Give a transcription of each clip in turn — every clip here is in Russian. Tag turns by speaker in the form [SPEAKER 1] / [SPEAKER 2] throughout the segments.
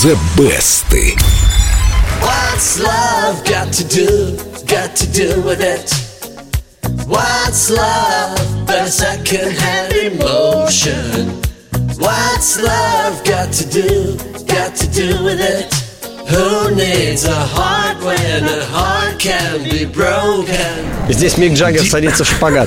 [SPEAKER 1] The Best.
[SPEAKER 2] What's love got to do with it? What's love but a second-hand emotion? What's love got to do with it? Who needs a heart when a heart can be broken?
[SPEAKER 3] Здесь Мик Джаггер садится в шпагат.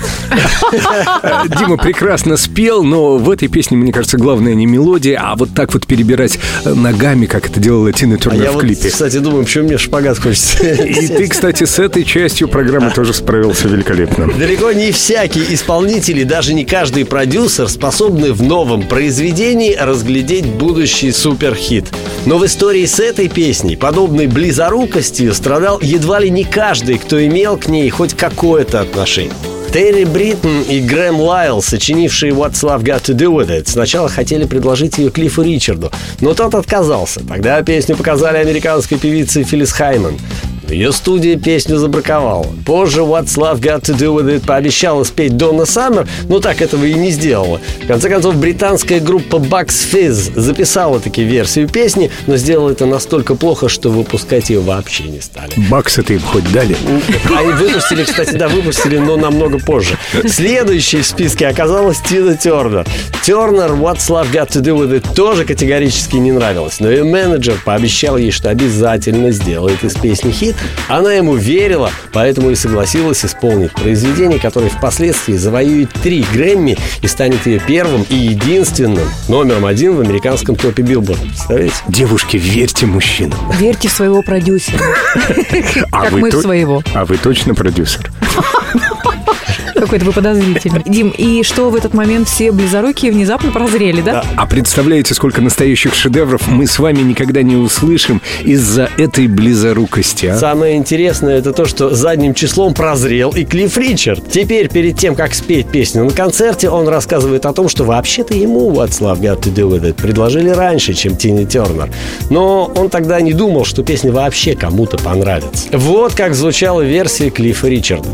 [SPEAKER 4] Дима прекрасно спел, но в этой песне, мне кажется, главное не мелодия, а вот так вот перебирать ногами, как это делала Тина Тернер в клипе.
[SPEAKER 3] Я вот, кстати, думаю, почему мне в шпагат хочется.
[SPEAKER 4] И ты, кстати, с этой частью программы тоже справился великолепно.
[SPEAKER 3] Далеко не всякий исполнитель и даже не каждый продюсер способны в новом произведении разглядеть будущий суперхит. Но в истории с этой песней подобной близорукостью страдал едва ли не каждый, кто имел к ней хоть какое-то отношение. Терри Бриттон и Грэм Лайл, сочинившие What's Love Got to Do With It, сначала хотели предложить ее Клиффу Ричарду, но тот отказался. Тогда песню показали американской певице Филлис Хайман. Ее студия песню забраковала. Позже What's Love Got to Do With It пообещала спеть Донна Саммер, но так этого и не сделала. В конце концов, британская группа Bucks Fizz записала таки версию песни, но сделала это настолько плохо, что выпускать ее вообще не стали.
[SPEAKER 4] Баксы-то им хоть дали?
[SPEAKER 3] Они выпустили, кстати, выпустили, но намного позже. Следующей в списке оказалась Тина Тернер. Тернер What's Love Got to Do With It тоже категорически не нравилась, но ее менеджер пообещал ей, что обязательно сделает из песни хит. Она ему верила, поэтому и согласилась исполнить произведение, которое впоследствии завоюет 3 Грэмми и станет ее первым и единственным номером 1 в американском топе Billboard. Представляете?
[SPEAKER 4] Девушки, верьте мужчинам.
[SPEAKER 5] Верьте в своего продюсера. Как мы в своего.
[SPEAKER 4] А вы точно продюсер?
[SPEAKER 5] Какой-то вы подозрительный. Дим, и что в этот момент все близорукие внезапно прозрели, да?
[SPEAKER 4] А представляете, сколько настоящих шедевров мы с вами никогда не услышим из-за этой близорукости, а?
[SPEAKER 3] Самое интересное это то, что задним числом прозрел и Клифф Ричард. Теперь, перед тем, как спеть песню на концерте, он рассказывает о том, что вообще-то ему What's Love Got to Do With It предложили раньше, чем Тине Тернер. Но он тогда не думал, что песня вообще кому-то понравится. Вот как звучала версия Клиффа Ричарда.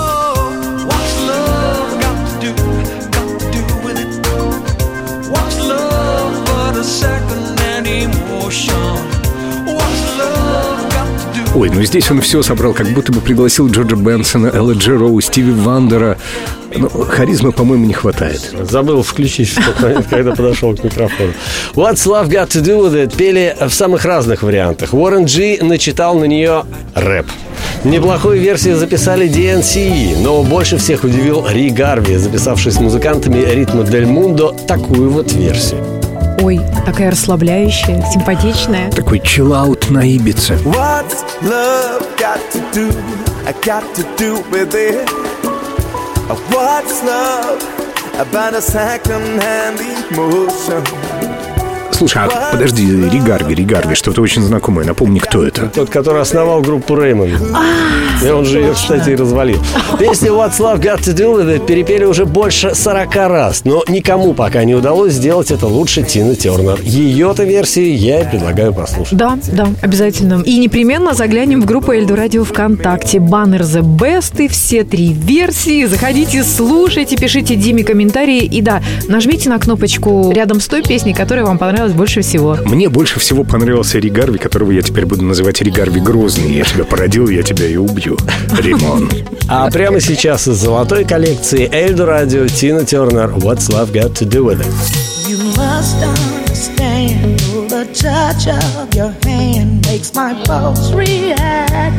[SPEAKER 4] Ой, ну здесь он все собрал, как будто бы пригласил Джорджа Бенсона, Элла Джи Роу, Стиви Вандера. Но харизмы, по-моему, не хватает.
[SPEAKER 3] Забыл включить в тот момент, когда подошел к микрофону. What's Love Got to Do With It пели в самых разных вариантах. Уоррен Джи начитал на нее рэп. Неплохую версию записали DNCE, но больше всех удивил Ри Гарви, записавший с музыкантами Ритмо Дель Мундо такую вот версию.
[SPEAKER 5] Ой, такая расслабляющая, симпатичная.
[SPEAKER 4] Такой чиллаут на Ибице.
[SPEAKER 6] What's love got to do? I got to do with it. What's love about a second-hand emotion?
[SPEAKER 4] Слушай, а подожди, Ри Гарви, что-то очень знакомое. Напомни, кто это?
[SPEAKER 3] Тот, который основал группу Реймонд. И он же ее, кстати, и развалил. Песню What's Love Got to Do With It перепели уже больше 40 раз, но никому пока не удалось сделать это лучше Тины Тернер. Ее-то версию я и предлагаю послушать.
[SPEAKER 5] Да, обязательно. И непременно заглянем в группу Эльдо Радио ВКонтакте. Баннер The Best и все 3 версии. Заходите, слушайте, пишите Диме комментарии. И да, нажмите на кнопочку рядом с той песней, которая вам понравилась больше всего.
[SPEAKER 4] Мне больше всего понравился Ри Гарви, которого я теперь буду называть Ри Гарви Грозный. Я тебя породил, я тебя и убью. Римон.
[SPEAKER 3] А прямо сейчас из золотой коллекции Эльдо Радио Тина Тернер What's Love Got to Do With It.
[SPEAKER 7] You must understand the touch of your hand makes my pulse react.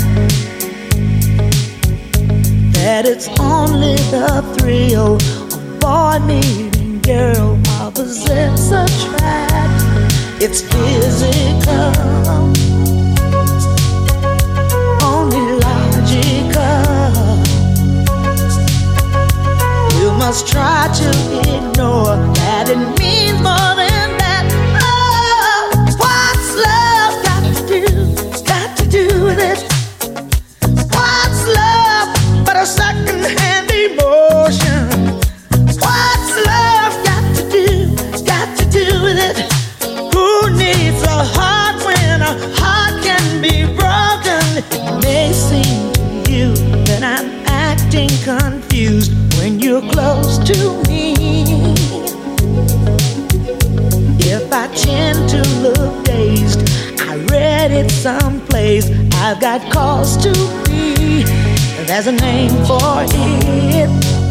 [SPEAKER 7] That it's only the thrill of boy meeting girl opposites attract. It's physical, only logical. You must try to ignore that it means more than that. Oh, what's love got to do with it? What's love but a second-hand emotion? What's love got to do with it? Who needs a heart when a heart can be broken? It may seem to you that I'm acting confused when you're close to me. If I tend to look dazed, I read it someplace. I've got cause to be. There's a name for it.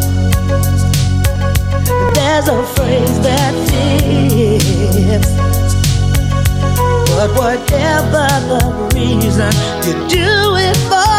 [SPEAKER 7] There's a phrase that fits. But whatever the reason, you do it for